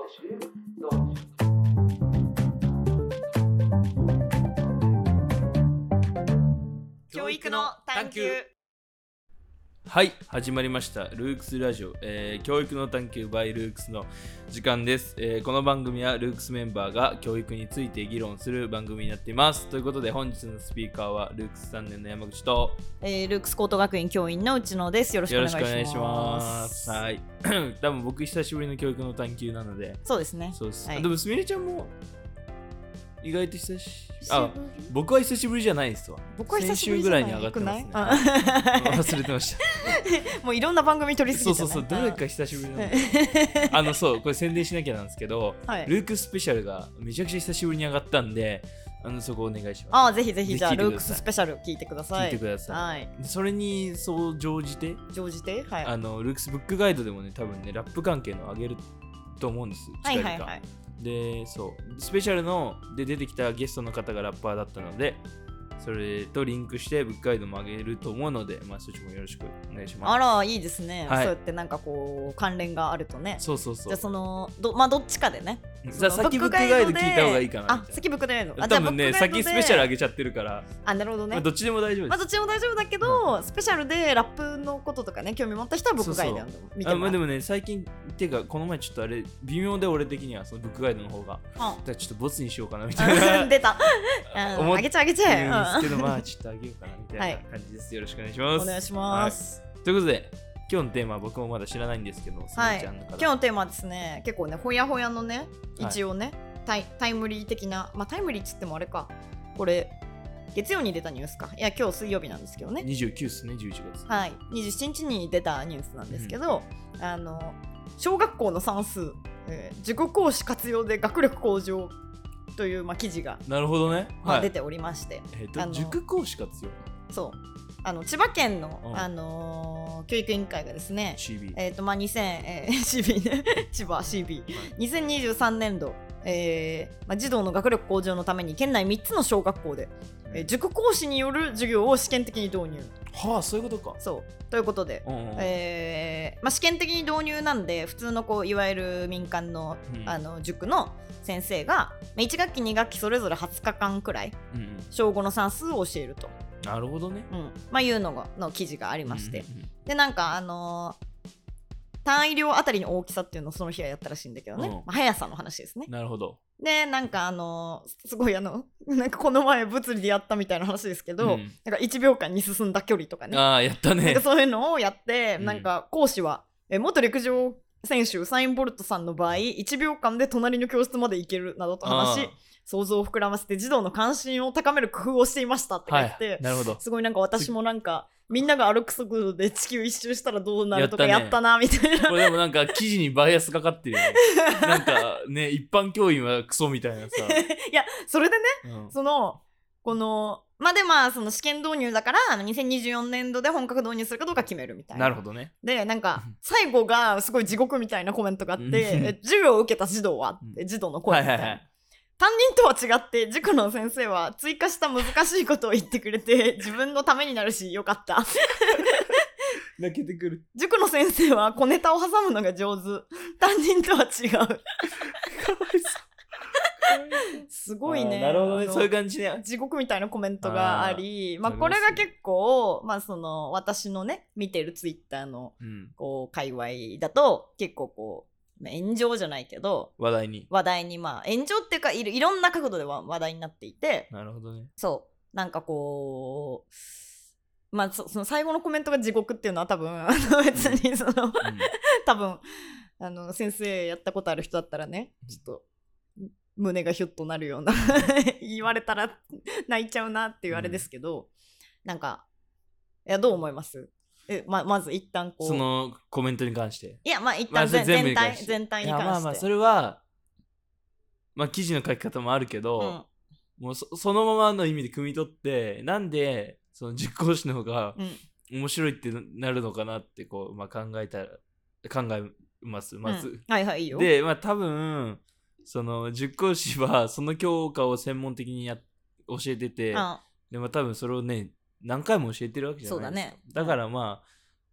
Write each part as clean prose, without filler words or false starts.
教育の探求。 はい、始まりましたルークスラジオ、教育の探求 by ルークスの時間です、この番組はルークスメンバーが教育について議論する番組になっています。ということで本日のスピーカーはルークス3年の山口と、 ルークス高等学院教員の内野です。よろしくお願いします。 はい。多分僕久しぶりの教育の探求なので。 そうですね。 そうです。 はい、 でもすみれちゃんも意外と久しぶり。僕は久しぶりじゃないですわ。 僕は久しぶりじゃない。 先週ぐらいに上がってますね。忘れてました。 もういろんな番組撮りすぎて、ね、 そうどれか久しぶりなんでそうこれ宣伝しなきゃなんですけど、はい、ルークススペシャルがめちゃくちゃ久しぶりに上がったんで、そこお願いします。 ぜひぜひじゃあルークススペシャル聞いてください。 聞いてください。はい、それにそう乗じて、はい、ルークスブックガイドでもね多分ねラップ関係の上げると思うんです。近々。はい。でそうスペシャルので出てきたゲストの方がラッパーだったので、それとリンクしてブックガイドも上げると思うので、そっちもよろしくお願いします。 あらいいですね、はい、そうやってなんかこう関連があるとね。そうじゃあそのどっちかでね。 先ブックガイド聞いた方がいいかな。 先ブックガイド。 多分ね先スペシャル上げちゃってるから。 なるほどね。 どっちでも大丈夫です。 どっちでも大丈夫だけど、スペシャルでラップのこととかね興味持った人はブックガイド見てもらう。 でもね最近っていうかこの前ちょっとあれ微妙で俺的にはそのブックガイドの方が、だからちょっとボツにしようかなみたいな出たあげちゃえですけどちょっとあげようかなみたいな感じです。よろしくお願いします。 お願いします。 ということで今日のテーマは僕もまだ知らないんですけど、 はい、今日のテーマはですね結構ねほやほやのね一応ね、タイムリー的な、タイムリーっつってもあれか、これ月曜に出たニュースか、いや今日水曜日なんですけどね、 29っすね、11月、 はい、27日に出たニュースなんですけど、小学校の算数、塾講師活用で学力向上という、記事がなるほどね、 出ておりまして、 塾講師活用、 そう千葉県の、教育委員会がですね、 CB、 CB ね千葉 CB、2023年度、児童の学力向上のために県内3つの小学校で、塾講師による授業を試験的に導入。 そういうことか。 ということで、試験的に導入なんで普通のいわゆる民間の、塾の先生が1学期2学期それぞれ20日間くらい、小5の算数を教えると。 なるほどね。 いうの記事がありまして、でなんか単位量あたりの大きさっていうのをその日はやったらしいんだけどね、速さの話ですね。 なるほど。 でなんかすごいなんかこの前物理でやったみたいな話ですけど、なんか1秒間に進んだ距離とかね、 やったね。 なんかそういうのをやって、なんか講師は元陸上選手ウサイン・ボルトさんの場合1秒間で隣の教室まで行けるなどと話し、想像を膨らませて児童の関心を高める工夫をしていましたって書いて、 なるほど。 すごいなんか私もなんかみんなが歩く速度で地球一周したらどうなるとかやったなみたいな。 これでもなんか記事にバイアスかかってるよね。なんかね一般教員はクソみたいなさいやそれでね、そのその試験導入だから2024年度で本格導入するかどうか決めるみたいな。 なるほどね。 でなんか最後がすごい地獄みたいなコメントがあって授業を受けた児童はって児童の声みたいな、担任とは違って塾の先生は追加した難しいことを言ってくれて自分のためになるしよかった泣けてくる。 塾の先生は小ネタを挟むのが上手、担任とは違うかわいそうすごいね。 なるほどね。そういう感じね。 地獄みたいなコメントがあり、これが結構その私のね見てるツイッターの界隈だと結構炎上じゃないけど話題に炎上っていうかいろんな角度では話題になっていて。 なるほどね。 そうなんかその最後のコメントが地獄っていうのは多分別に多分先生やったことある人だったらねちょっと胸がヒュッとなるような言われたら泣いちゃうなっていうあれですけど、なんかどう思います？まず一旦そのコメントに関して。 いや一旦全体に関して。 それは記事の書き方もあるけど、もうそのままの意味で汲み取ってなんでその塾講師の方が面白いってなるのかなって考えますまず。 いいよ。 で多分その塾講師はその教科を専門的に教えてて、で多分それをね何回も教えてるわけじゃないですか。だから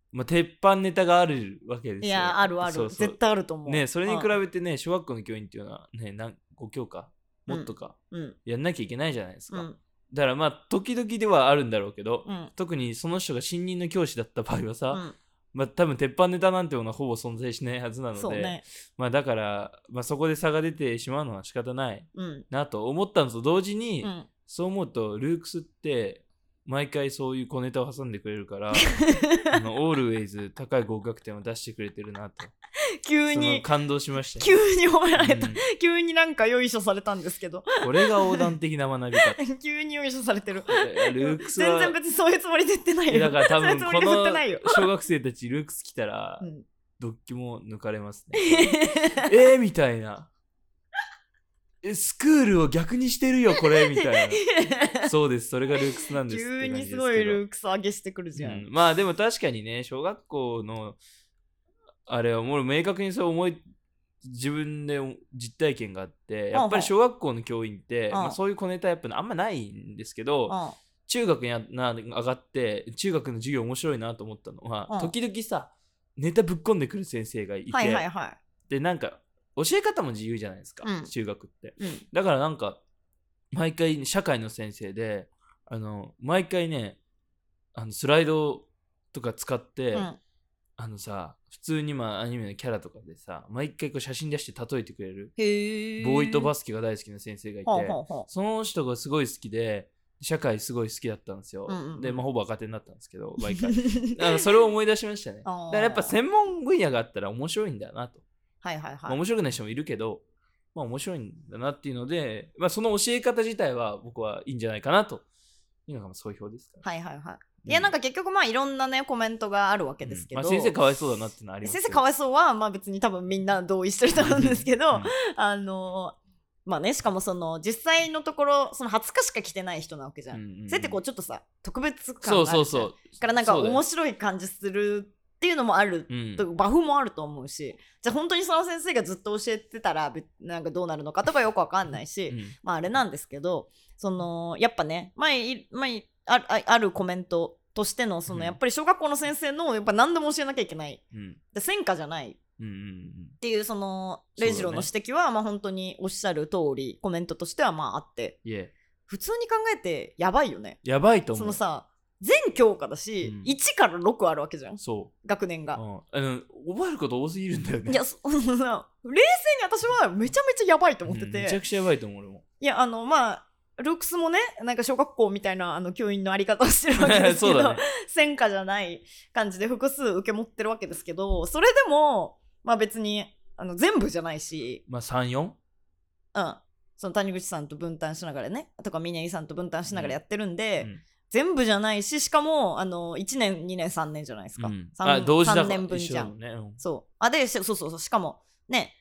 まあ、鉄板ネタがあるわけですよ。 いやあるある、そうそう絶対あると思うね。それに比べてね、小学校の教員っていうのはね、5教科もっとか、やんなきゃいけないじゃないですか、だからまあ時々ではあるんだろうけど、特にその人が新任の教師だった場合はさ、まあ多分鉄板ネタなんていうのはほぼ存在しないはずなので、ね、まあだから、まあ、そこで差が出てしまうのは仕方ないなと思ったのと同時に、そう思うとルークスって毎回そういう小ネタを挟んでくれるからオールウェイズ高い合格点を出してくれてるなと急に感動しました、ね、 急に褒められた、急になんかよいしょされたんですけどこれが横断的な学び方急によいしょされてるルークスは全然別にそういうつもりで言ってないよ。 だから多分この小学生たちルークス来たら、どっちも抜かれますねみたいなスクールを逆にしてるよこれみたいなそうです、それがルークスなんです急にすごいルークス上げしてくるじゃん、 まあでも確かにね、小学校のあれはもう明確にそう自分で実体験があって、やっぱり小学校の教員って、まあ、そういう小ネタやっぱあんまないんですけど、中学に上がって中学の授業面白いなと思ったのは、時々さネタぶっこんでくる先生がいて、でなんか教え方も自由じゃないですか、中学って、だからなんか毎回社会の先生で毎回ねスライドとか使って、さ普通にアニメのキャラとかでさ毎回こう写真出して例えてくれるボーイとバスケが大好きな先生がいて、その人がすごい好きで社会すごい好きだったんですよ、で、ほぼ赤点になったんですけど毎回それを思い出しましたねだからやっぱ専門分野があったら面白いんだなと、面白くない人もいるけど、面白いんだなっていうので、その教え方自体は僕はいいんじゃないかなというのが総評ですから、 いやなんか結局いろんなねコメントがあるわけですけど、 先生かわいそうだなってのはありますけど、 先生かわいそうは別に多分みんな同意してると思うんですけどしかもその実際のところその20日しか来てない人なわけじゃん、それってこうちょっとさ特別感があるじゃん、だからなんか面白い感じするっていうのもある、バフもあると思うし、じゃあ本当にその先生がずっと教えてたらなんかどうなるのかとかよくわかんないし、あれなんですけど、そのやっぱねあるコメントとしてのそのやっぱり小学校の先生のやっぱ何でも教えなきゃいけない、で専科じゃないっていうそのレイジローの指摘は本当におっしゃる通りコメントとしてはあって、普通に考えてやばいよね。 やばいと思う。 そのさ全教科だし、1から6あるわけじゃん、学年が、 覚えること多すぎるんだよね。 いや冷静に私はめちゃめちゃやばいと思ってて、 めちゃくちゃやばいと思う俺も。 いやルークスもねなんか小学校みたいな教員のあり方をしてるわけですけど、専科じゃない感じで複数受け持ってるわけですけど、それでも別に全部じゃないし、 3,4? その谷口さんと分担しながらねとか峰井さんと分担しながらやってるんで、全部じゃないし、しかも1年2年3年じゃないですか、 同時だから 3年分じゃん、でそうしかもね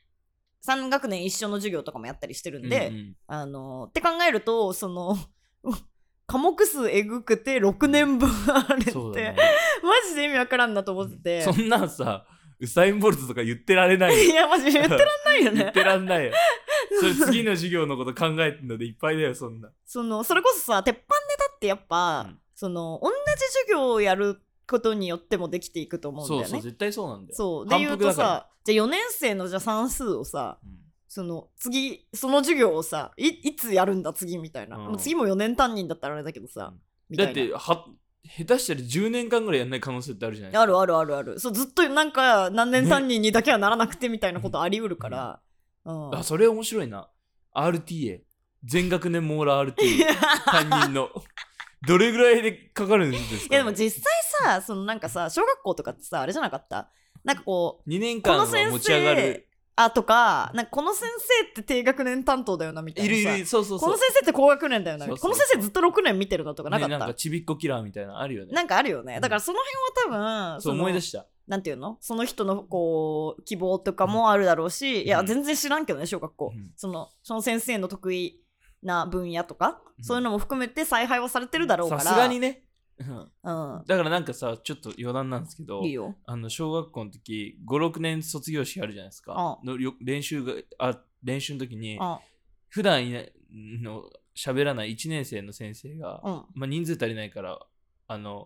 3学年一緒の授業とかもやったりしてるんで、って考えるとその科目数えぐくて6年分あるって、マジで意味わからんなと思ってて、 そんなんさウサイン・ボルトとか言ってられないよ。 いやマジ言ってらんないよね。 言ってらんないよ。それ次の授業のこと考えてるのでいっぱいだよそんな。 それこそさ鉄板ネタってやっぱ、同じ授業をやることによってもできていくと思うんだよね。 そう絶対そうなんだよ。 そうで言うとさ、じゃあ4年生の算数をさ、次その授業をさ いつやるんだ次みたいな、次も4年担任だったらあれだけどさ、 だって下手したら10年間ぐらいやんない可能性ってあるじゃないですか。 あるそうずっとなんか何年担任にだけはならなくてみたいなことあり得るから、 それ面白いな。 RTA 全学年網羅 RTA 担任のどれぐらいでかかるんですか、 いやでも実際さなんかさ小学校とかってさあれじゃなかった、なんかこう 2年間は持ち上がるとか、なんかこの先生って低学年担当だよなみたいなさ、 いるそうこの先生って高学年だよな、この先生ずっと6年見てるのとかなかった、 なんかちびっこキラーみたいなのあるよね。 なんかあるよね、だからその辺は多分そう思い出した、 なんていうのその人のこう希望とかもあるだろうし、いや全然知らんけどね小学校、その先生の得意な分野とか、そういうのも含めて采配はされてるだろうから、 さすがにね、だからなんかさちょっと余談なんですけど、 いいよ、 小学校の時 5,6 年卒業式あるじゃないですか、の練習の時に、普段の喋らない1年生の先生が、人数足りないから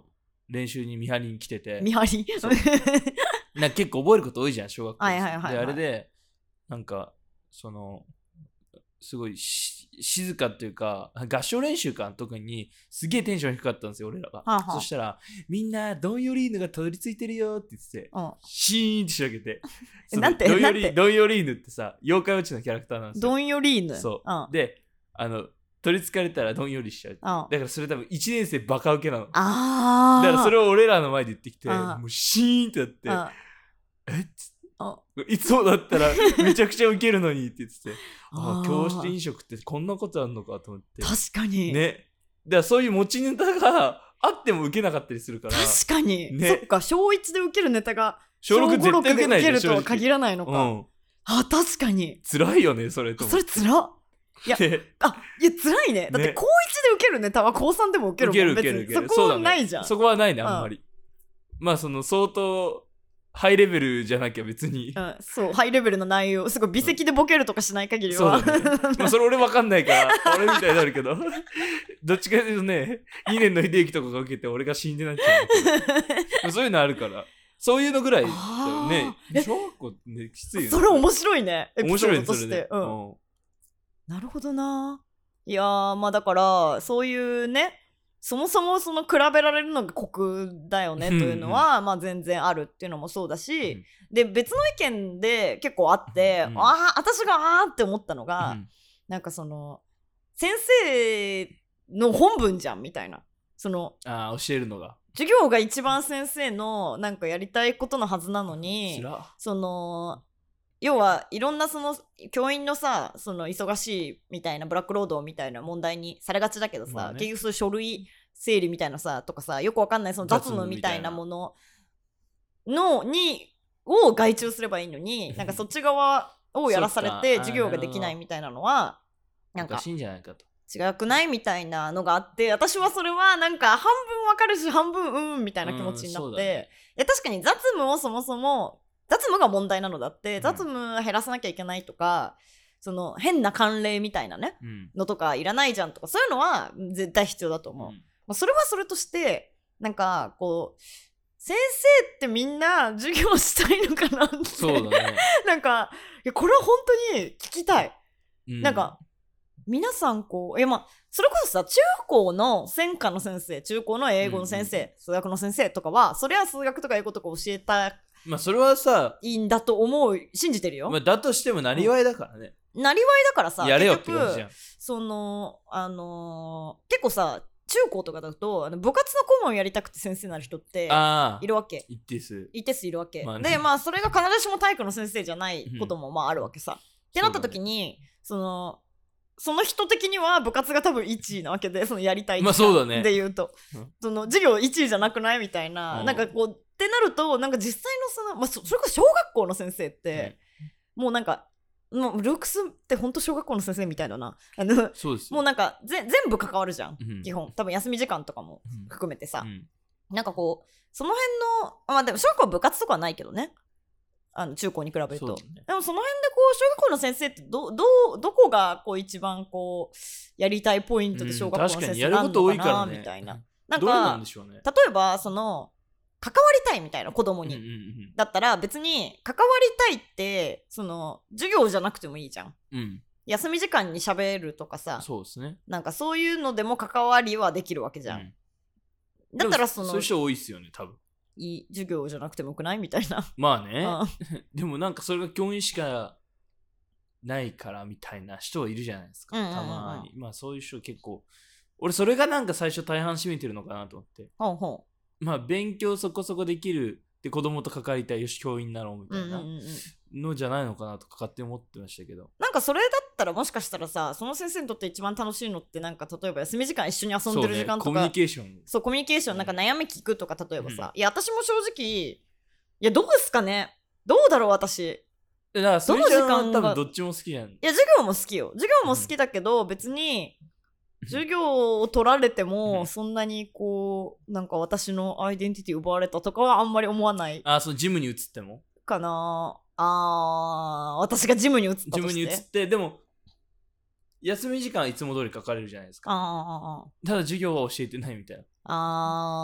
練習に見張りに来てて、 見張りなんか結構覚えること多いじゃん小学校で、 はいはいはいはい、 であれでなんかそのすごい静かっていうか合唱練習か特にすげえテンション低かったんですよ俺らが、 はあはあ、 そしたらみんなどんよりーぬがたどり着いてるよって言ってて、シーンって仕上げてなんてどんよりーぬってさ妖怪ウォッチのキャラクターなんですよ。 どんよりーぬ、 そう、で取り憑かれたらどんよりしちゃう、だからそれ多分1年生バカウケなの。だからそれを俺らの前で言ってきてもうシーンってやってえっついつもだったらめちゃくちゃウケるのにって言ってて教室飲食ってこんなことあるのかと思って。 確かにね。だからそういう持ちネタがあってもウケなかったりするから。 確かに、ね、そっか小1でウケるネタが小6絶対ウケないでウケるとは限らないのか、確かに辛いよねそれと。 それ辛っ。いや、いや辛いね。だって高1で受けるネタは高3でも受けるもん。別にそこはないじゃん。 そこはないねあんまり。まあその相当ハイレベルじゃなきゃ別に、 そうハイレベルの内容すごい微積でボケるとかしない限りは、 そうだねまあそれ俺分かんないから俺みたいになるけどどっちかというとね2年の秀幸とかが受けて俺が死んでなっちゃうそういうのあるからそういうのぐらいだよね。小学校ねきついよね。 それ面白いねエピソードとして。 面白いね、 なるほどな。いやまあだからそういうねそもそもその比べられるのが酷だよねというのはまあ全然あるっていうのもそうだし、で別の意見で結構あって、私がって思ったのが、なんかその先生の本分じゃんみたいな、その教えるのが授業が一番先生のなんかやりたいことのはずなのに、その要はいろんなその教員のさその忙しいみたいなブラック労働みたいな問題にされがちだけどさ、結局そういう書類整理みたいなさとかさよくわかんないその雑務みたいなもののを外注すればいいのになんかそっち側をやらされて授業ができないみたいなのはなんかおかしいんじゃないかと違くないみたいなのがあって、私はそれはなんか半分わかるし半分みたいな気持ちになって、いや確かに雑務をそもそも雑務が問題なのだって、雑務減らさなきゃいけないとかその変な慣例みたいなね、のとかいらないじゃんとかそういうのは絶対必要だと思う、それはそれとしてなんかこう先生ってみんな授業したいのかなってそうだねなんかいやこれは本当に聞きたい、なんか皆さんこうそれこそさ中高の専科の先生中高の英語の先生、数学の先生とかはそれは数学とか英語とか教えたそれはさいいんだと信じてるよ、 だとしてもなりわいだからね、 なりわいだからさやれよって感じじゃん。 その結構さ中高とかだと部活の顧問やりたくて先生になる人っているわけ、一定数いるわけ、でそれが必ずしも体育の先生じゃないこともあるわけさ、ってなった時にその人的には部活が多分1位なわけでそのやりたいで言うと、その授業1位じゃなくないみたいな、なんかこうってなるとなんか実際のそれこそ小学校の先生って、もうなんかもうルークスってほんと小学校の先生みたいだなそうですもうなんか全部関わるじゃん、基本多分休み時間とかも含めてさ、なんかこうその辺のでも小学校は部活とかはないけどね中高に比べると、でもその辺でこう小学校の先生ってどこがこう一番こうやりたいポイントで小学校の先生なんのかなみたいな、なんか例えばその関わりたいみたいな子供に、だったら別に関わりたいってその授業じゃなくてもいいじゃん、休み時間に喋るとかさ、 そうですね、 なんかそういうのでも関わりはできるわけじゃん、だったらそういう人多いっすよね多分、 いい授業じゃなくてもよくないみたいなまあねでもなんかそれが教員しかないからみたいな人はいるじゃないですか、たまにそういう人結構俺それがなんか最初大半占めてるのかなと思って、勉強そこそこできるで子供と関わりたいよし教員になろうみたいなのじゃないのかなとか勝手に思ってましたけど、 なんかそれだったらもしかしたらさその先生にとって一番楽しいのってなんか例えば休み時間一緒に遊んでる時間とか、 コミュニケーションコミュニケーションなんか悩み聞くとか例えばさ、いや私も正直いやどうですかねどうだろう私だからその時間多分どっちも好きじゃん。いや授業も好きよ、授業も好きだけど、別に授業を取られてもそんなにこうなんか私のアイデンティティ奪われたとかはあんまり思わない。 そのジムに移ってもかな私がジムに移ったとして、 ジムに移ってでも休み時間いつも通り書かれるじゃないですか。ただ授業は教えてないみたいな。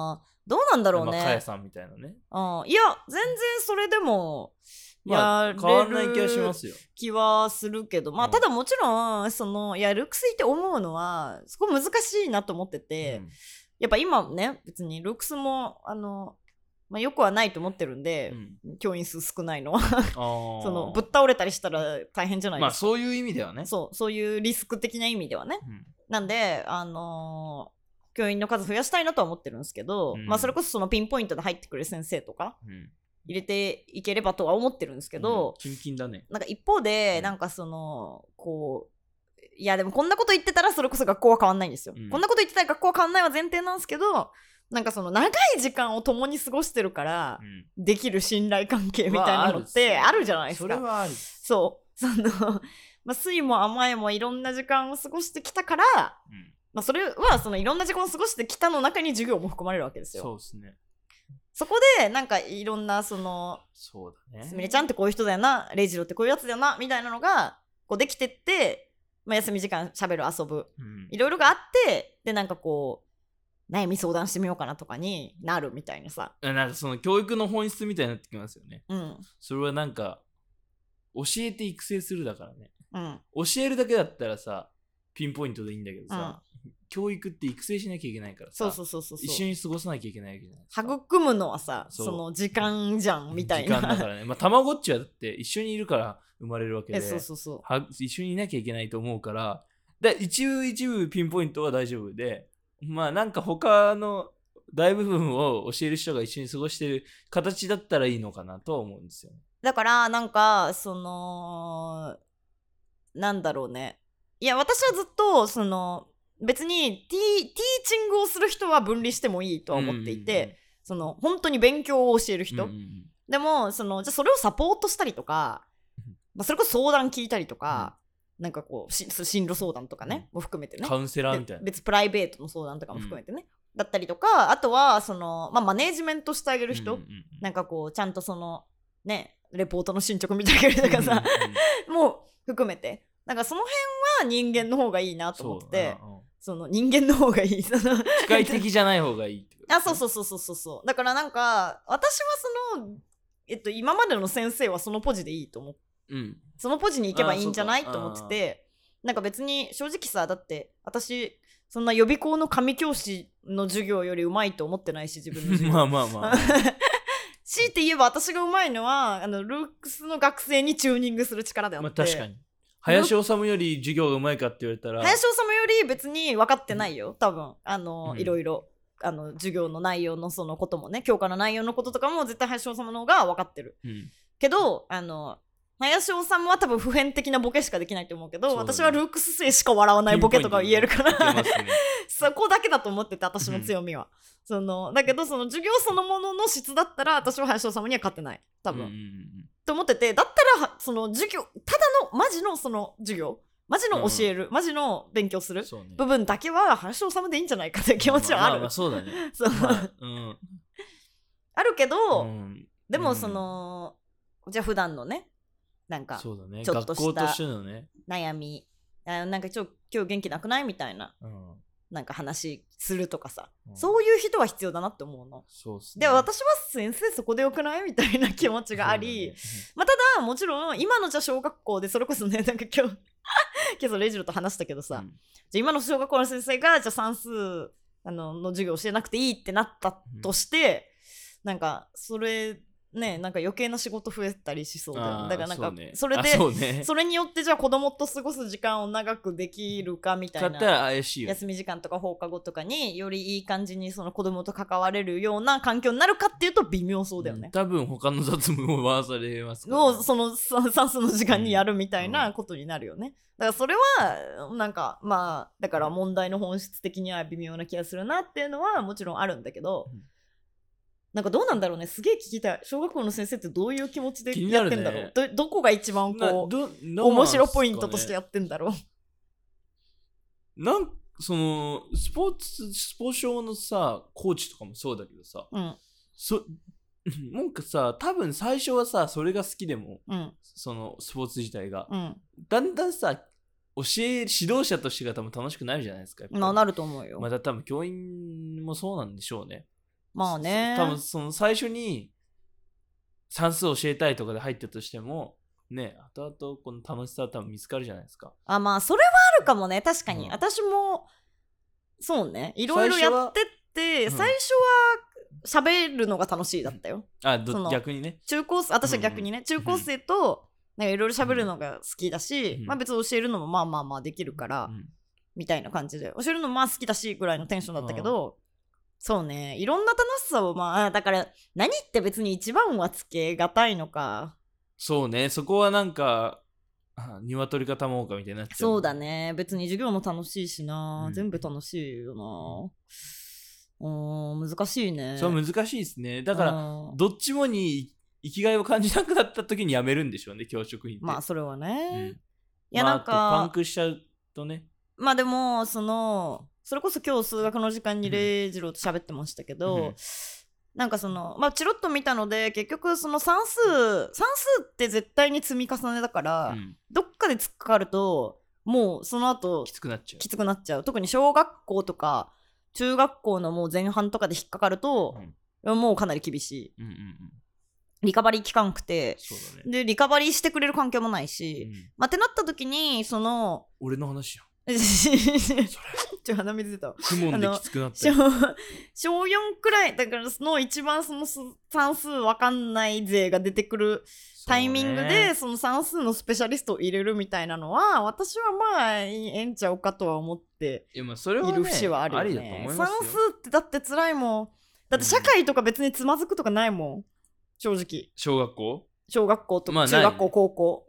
どうなんだろうね。 かやさんみたいなね。 いや全然それでもやれる、変わんない気がしますよ。 気はするけど、まあただもちろんいやルックスいいって思うのはそこ難しいなと思ってて、やっぱ今ね別にルックスもまあ、よくはないと思ってるんで、教員数少ないのはぶっ倒れたりしたら大変じゃないですか。 まあそういう意味ではね。 そういうリスク的な意味ではね、なんで教員の数増やしたいなとは思ってるんですけど、まあそれこそそのピンポイントで入ってくる先生とか入れていければとは思ってるんですけど、 キンキンだね。 なんか一方でなんかいやでもこんなこと言ってたらそれこそ学校は変わんないんですよ、こんなこと言ってたら学校は変わんないは前提なんですけど、なんか長い時間を共に過ごしてるから、できる信頼関係みたいなのってあるじゃないですか。 それはある。 まあ酸いも甘いもいろんな時間を過ごしてきたから、まあそれはいろんな時間を過ごしてきたの中に授業も含まれるわけですよ。 そうですね。 そこでなんかいろんなそうだね。 すみれちゃんってこういう人だよな、レイジロってこういうやつだよなみたいなのがこうできてって、まあ、休み時間しゃべる遊ぶ、いろいろがあって、でなんかこう悩み相談してみようかなとかになるみたいなさ、 なんかその教育の本質みたいになってきますよね。それはなんか教えて育成するだからね、教えるだけだったらさピンポイントでいいんだけどさ、教育って育成しなきゃいけないからさ、一緒に過ごさなきゃいけないわけじゃないですか。 育むのはさその時間じゃんみたいな。 時間だからね。まあたまごっちはだって一緒にいるから生まれるわけで、一緒にいなきゃいけないと思うから、一部ピンポイントは大丈夫で、まあなんか他の大部分を教える人が一緒に過ごしてる形だったらいいのかなとは思うんですよ。 だからなんかなんだろうね。いや私はずっと別にティーチングをする人は分離してもいいとは思っていて、本当に勉強を教える人、でもじゃあそれをサポートしたりとか、まあ、それこそ相談聞いたりとか、なんかこう進路相談とかね、も含めてね、 カウンセラーみたいな、 別プライベートの相談とかも含めてね、だったりとか、あとはまあ、マネージメントしてあげる人、なんかこうちゃんとねレポートの進捗見てあげるとかさもう含めて、なんかその辺は人間の方がいいなと思って、人間の方がいい機械的じゃない方がいいってこと、ね、 そうだからなんか私は今までの先生はそのポジでいいと思って、そのポジに行けばいいんじゃないと思ってて、なんか別に正直さ、だって私そんな予備校の紙教師の授業よりうまいと思ってないし、自分の授業まあ強いて言えば私がうまいのはルックスの学生にチューニングする力であって、 確かに林修より授業がうまいかって言われたら、 林修より別に分かってないよ多分。いろいろ授業の内容のそのこともね、教科の内容のこととかも絶対林修の方が分かってる、けど林修は多分普遍的なボケしかできないと思うけど、私はルックス性しか笑わないボケとか言えるからそこだけだと思ってて、私の強みはだけど授業そのものの質だったら私は林修には勝ってない多分、と思ってて、だったら授業ただのマジの授業、マジの教える、マジの勉強する部分だけは林修でいいんじゃないかっていう気持ちはある。 そうだねあるけど、でもじゃあ普段のね、なんかちょっとした悩み、なんか今日元気なくないみたいな、なんか話するとかさ、そういう人は必要だなって思うの。で私は先生そこでよくないみたいな気持ちがあり、まあ、ただもちろん今のじゃ小学校でそれこそね、なんか今日レイジロと話したけどさ、じゃ今の小学校の先生がじゃ算数の授業教えなくていいってなったとして、なんかそれね、なんか余計な仕事増えたりしそうで、だからなんかそれでそれによってじゃあ子供と過ごす時間を長くできるかみたいな、休み時間とか放課後とかによりいい感じに子供と関われるような環境になるかっていうと微妙そうだよね。 多分他の雑務を回されますからね、 算数の時間にやるみたいなことになるよね。だからそれはなんかまあだから問題の本質的には微妙な気がするなっていうのはもちろんあるんだけど、なんかどうなんだろうね、すげえ聞きたい。小学校の先生ってどういう気持ちでやってんだろう、どこが一番こう面白ポイントとしてやってんだろう。 スポーツ賞のさコーチとかもそうだけどさ、なんかさ多分最初はさそれが好きでも、そのスポーツ自体が、だんだんさ指導者としてが多分楽しくなるじゃないですか。 なると思うよ。 また多分教員もそうなんでしょうね。 まあね。 多分その最初に算数教えたいとかで入ったとしてもね、後々この楽しさは多分見つかるじゃないですか。 まあそれはあるかもね、確かに。私もそうね、いろいろやってって最初は喋るのが楽しいだったよ。 逆にね。 私は逆にね、中高生といろいろ喋るのが好きだし、まあ別に教えるのもまあまあまあできるから、みたいな感じで教えるのもまあ好きだしぐらいのテンションだったけど、そうね、いろんな楽しさをだから何って別に一番はつけがたいのか。 そうね、そこはなんか鶏か卵かみたいになっちゃう。 そうだね、別に授業も楽しいしな、全部楽しいよな。難しいね。 そう難しいですね。だからどっちもに生きがいを感じなくなった時に辞めるんでしょうね、教職員って。 まあそれはね、 いやなんかパンクしちゃうとね。 まあでもそれこそ今日数学の時間に礼二郎と喋ってましたけど、なんかチロッと見たので、結局その算数って絶対に積み重ねだから、どっかで突っかかるともうその後きつくなっちゃう。特に小学校とか中学校のもう前半とかで引っかかると、もうかなり厳しい。リカバリー期間くて、でリカバリーしてくれる環境もないし、ってなった時に俺の話やん。 鼻水出た。 クモンできつくなって小4くらいだから一番算数わかんない勢が出てくるタイミングでその算数のスペシャリストを入れるみたいなのは私はまあええんちゃうかとは思っている節はあるよね。算数ってだって辛いもん。だって社会とか別につまずくとかないもん、正直。 小学校とか中学校、高校。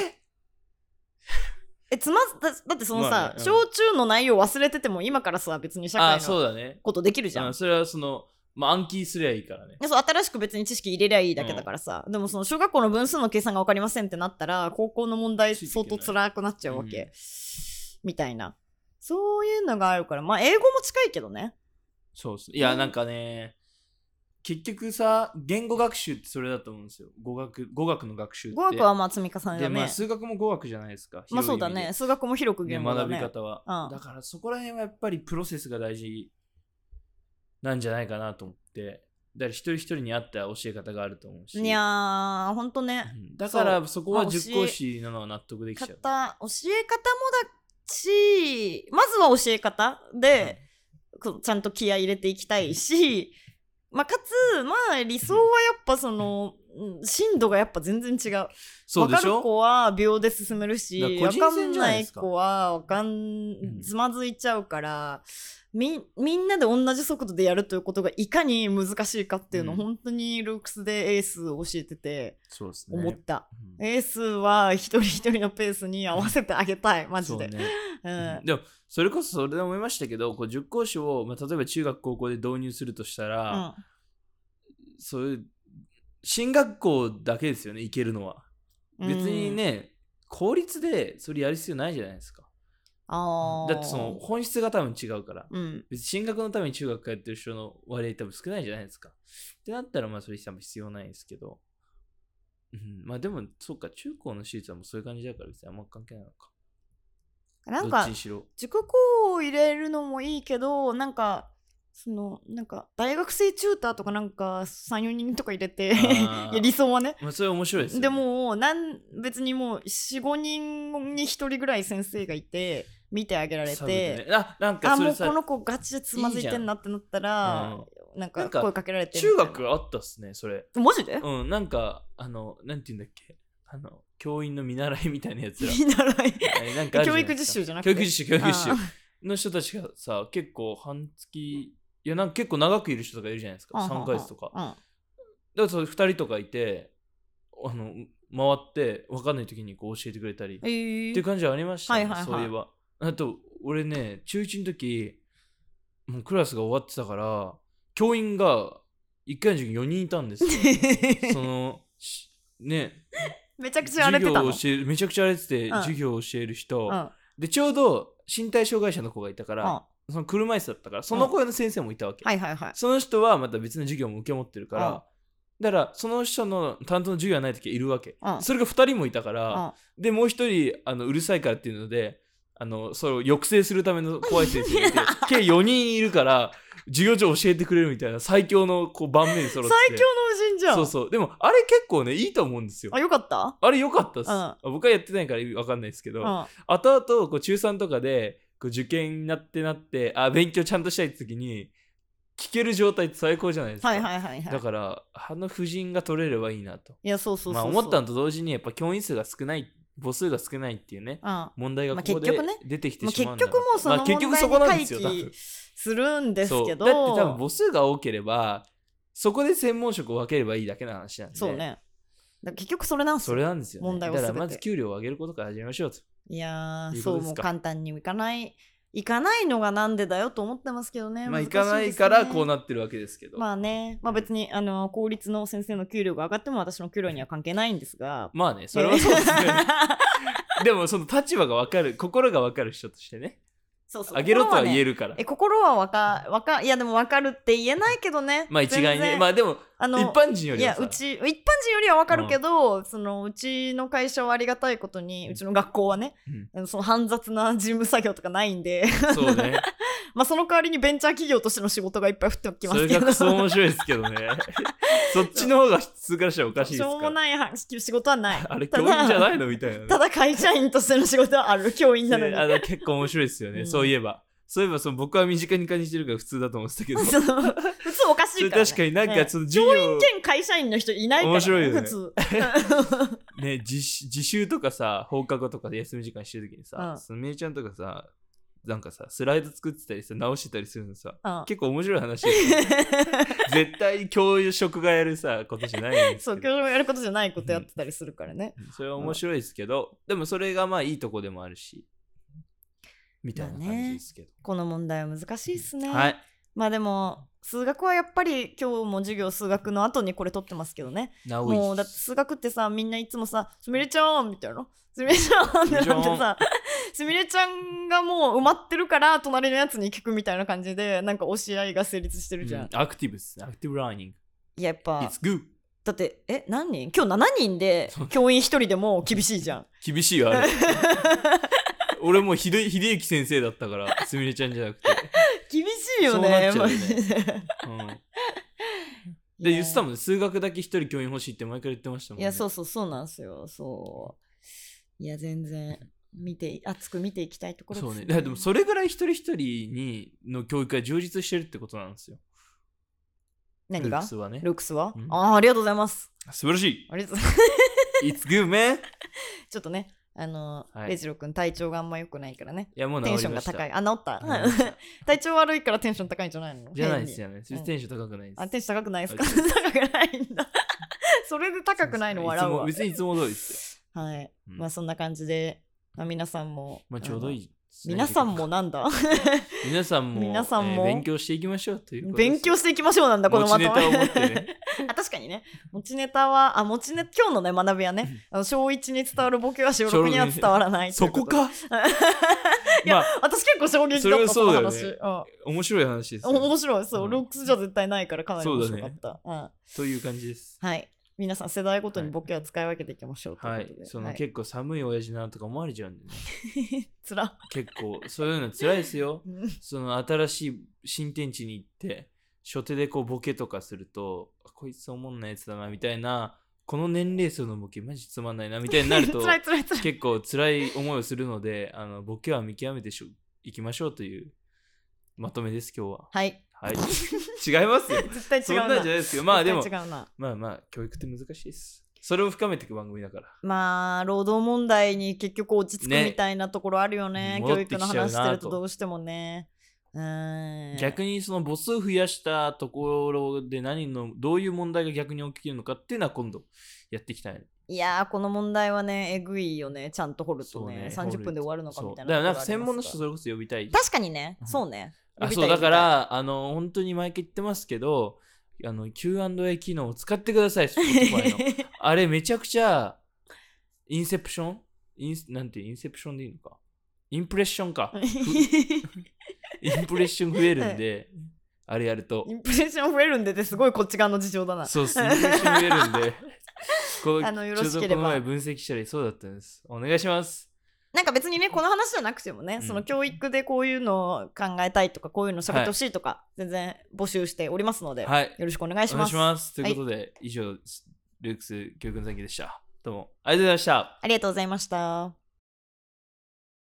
だって小中の内容忘れてても今から別に社会のことできるじゃん。 それは暗記すりゃいいからね。 新しく別に知識入れりゃいいだけだからさ、でも小学校の分数の計算が分かりませんってなったら高校の問題相当辛くなっちゃうわけ、みたいな、そういうのがあるから、英語も近いけどね。 そうっす。いやなんかね、結局さ、言語学習ってそれだと思うんですよ。語学の学習って。 語学は積み重ねだね。 で、数学も語学じゃないですか。 そうだね。数学も広く言語だね。 学び方は。だからそこら辺はやっぱりプロセスが大事なんじゃないかなと思って。だから一人一人に合った教え方があると思うし。 いやー、ほんとね。 だからそこは塾講師なのは納得できちゃう。 教え方もだし、まずは教え方で、ちゃんと気合い入れていきたいし、かつ理想はやっぱ進度がやっぱ全然違う。 そうでしょ。分かる子は秒で進めるし、分かんない子はつまずいちゃうから、みんなで同じ速度でやるということがいかに難しいかっていうのを本当にルークスでエースを教えてて思った。エースは一人一人のペースに合わせてあげたい、マジで。 でもそれこそそれで思いましたけど、塾講師を、例えば中学高校で導入するとしたら、そういう進学校だけですよね、行けるのは。別にね、公立でそれやる必要ないじゃないですか。だって本質が多分違うから、別に進学のために中学通ってる人の割合多分少ないじゃないですか。ってなったらそれ多分必要ないんですけど、でもそうか、中高の私立はもうそういう感じだから別にあんま関係ないのか。 なんか塾講を入れるのもいいけど、なんか大学生チューターとか3、4人とか入れていや理想はね、 それ面白いですよね。 でも別にもう 4,5 人に1人ぐらい先生がいて見てあげられて、 なんかもうこの子ガチでつまずいてんなってなったら、なんか声かけられて、 中学あったっすねそれ。 マジで？ なんかなんていうんだっけ、教員の見習いみたいなやつら。 見習いなんか教育実習じゃなくて教育実習の人たちがさ、結構半月、いやなんか結構長くいる人とかいるじゃないですか、3ヶ月とか。だからそれ2人とかいて、回って分かんない時に教えてくれたり、っていう感じはありましたね、そういえば。あと俺ね、中1の時もうクラスが終わってたから、教員が1回の授業4人いたんですよ。ね、 めちゃくちゃ荒れてたの。 めちゃくちゃ荒れてて、授業を教える人、でちょうど身体障害者の子がいたから、その車椅子だったから、その子の先生もいたわけ。その人はまた別の授業も受け持ってるから、だからその人の担当の授業がない時はいるわけ。それが2人もいたから、でもう1人うるさいからっていうのでそれを抑制するための怖い先生がいて計4人いるから授業中教えてくれるみたいな最強のこう盤面揃って最強の武人じゃん。 そうそう。でもあれ結構ねいいと思うんですよ。 あ、よかった？ あれよかったっす、僕はやってないから分かんないですけど、後々こう中3とかでこう受験になって勉強ちゃんとしたいって時に聞ける状態って最高じゃないですか。 はいはいはいはい。 だから布陣が取れればいいなと。 いやそうそうそうそう。 思ったのと同時にやっぱ教員数が少ない母数が少ないっていうね、問題がここで出てきてしまうんだ、 結局もうその問題に回帰するんですけど、 だって多分母数が多ければそこで専門職を分ければいいだけの話なんで。 そうね。だ結局それなんですよ。 それなんですよ、ね、 問題をだからまず給料を上げることから始めましょうと。 いやーそうもう簡単にいかないのがなんでだよと思ってますけどね。 いかないからこうなってるわけですけど。 まあね、別に公立の先生の給料が上がっても私の給料には関係ないんですが。 まあね、それはそうですね。でもその立場が分かる、心が分かる人としてね。そう上げろとは言えるから。 心はでも分かるって言えないけどね。 一概にね。でも一般人よりはさ。 一般人よりは分かるけど、うちの会社はありがたいことに、うちの学校はね、その煩雑な事務作業とかないんで。 そうね。 その代わりにベンチャー企業としての仕事がいっぱい降ってきますけど。 それがクソ面白いですけどね。そっちの方が普通からしたらおかしいですか。 しょうもない仕事はない。 あれ教員じゃないのみたいな、ね。 ただ会社員としての仕事はある。教員なのに。 結構面白いですよね。そういえば僕は身近に感じてるから普通だと思ってたけど。 普通おかしいから、ね。 確かになんかその授業、 教員兼会社員の人いないから、 面白いよね。 普通。 ね、自習とかさ、放課後とかで休み時間してる時にさ、すみれちゃんとかさ、なんかさ、スライド作ってたりさ、直してたりするのさ、結構面白い話ですよ。絶対に教職がやるさ、ことじゃないんですそう、教職がやることじゃないことやってたりするからね。 それは面白いですけど、でもそれがいいとこでもあるし、みたいな感じですけど。 この問題は難しいっすね。 はい。 でも、数学はやっぱり今日も授業数学の後にこれ取ってますけどね。もうだって数学ってさ、みんないつもさ、すみれちゃんみたいな。すみれちゃんってなってさ、すみれちゃんがもう埋まってるから隣のやつに聞くみたいな感じでなんか教え合いが成立してるじゃん。 アクティブラーニング。 いややっぱ It's good。 だって何人？今日7人で教員1人でも厳しいじゃん。 厳しいよあれ。俺もう秀幸先生だったからすみれちゃんじゃなくて。 厳しいよね。 そうなっちゃうよね。で言ってたもんね、数学だけ1人教員欲しいって毎回言ってましたもんね。 いやそうなんですよ。いや全然熱く見ていきたいところですね。 そうね。でもそれぐらい一人一人の教育が充実してるってことなんですよ。 何が？ ルックスはね。 ルックスは？ありがとうございます。 素晴らしい。 ありがとうございます。 It's good man。 ちょっとね、レジロ君体調があんま良くないからね。 いやもうテンションが高い。治った。体調悪いからテンション高いんじゃないの？ じゃないですよね。テンション高くないです。 テンション高くないですか？高くないんだ。それで高くないの笑うわ。 別にいつも通りですよ。 はい。そんな感じで、皆さんもちょうどいい。 皆さんもなんだ皆さんも勉強していきましょうということです。 勉強していきましょうなんだこのまとめ。 持ちネタを持ってね。 確かにね。持ちネタは今日のね学びはね、小1に伝わるボケは小6には伝わらない。 そこか。 いや、私結構衝撃だったその話。 面白い話です。 面白い。そう、ルックスじゃ絶対ないからかなり面白かった。 という感じです。 はい。皆さん世代ごとにボケは使い分けていきましょうということで。 はい。結構寒い親父なとか思われちゃうんでね。 つら。 結構そういうのつらいですよ。その新しい新天地に行って初手でこうボケとかするとこいつおもんないやつだなみたいな、この年齢層のボケマジつまんないなみたいになると結構辛い思いをするので、ボケは見極めていきましょうというまとめです今日は。 はい。 はい、違いますよ。 絶対違うな。 そんなんじゃないですよ。まあでも違うな。 教育って難しいです。それを深めていく番組だから。 労働問題に結局落ち着くみたいなところあるよね。教育の話してるとどうしてもね。 逆にその母数増やしたところでどういう問題が逆に起きるのかっていうのは今度やっていきたい。 いやーこの問題はねえぐいよね。ちゃんと掘るとね30分で終わるのかみたいな。 だからなんか専門の人それこそ呼びたい。 確かにね。そうね。 そうだから本当に毎回言ってますけどQ&A 機能を使ってください。あれめちゃくちゃインセプションなんてインセプションでいいのかインプレッションかインプレッション増えるんで、あれやるとインプレッション増えるんでってすごいこっち側の事情だな。 そうっす、インプレッション増えるんでよろしければこの前分析したらそうだったんです。お願いします。 なんか別にねこの話じゃなくてもね、その教育でこういうのを考えたいとかこういうの喋ってほしいとか、全然募集しておりますので、よろしくお願いします。 お願いします。ということで、以上ルークス教育の前期でした。どうもありがとうございました。 ありがとうございました。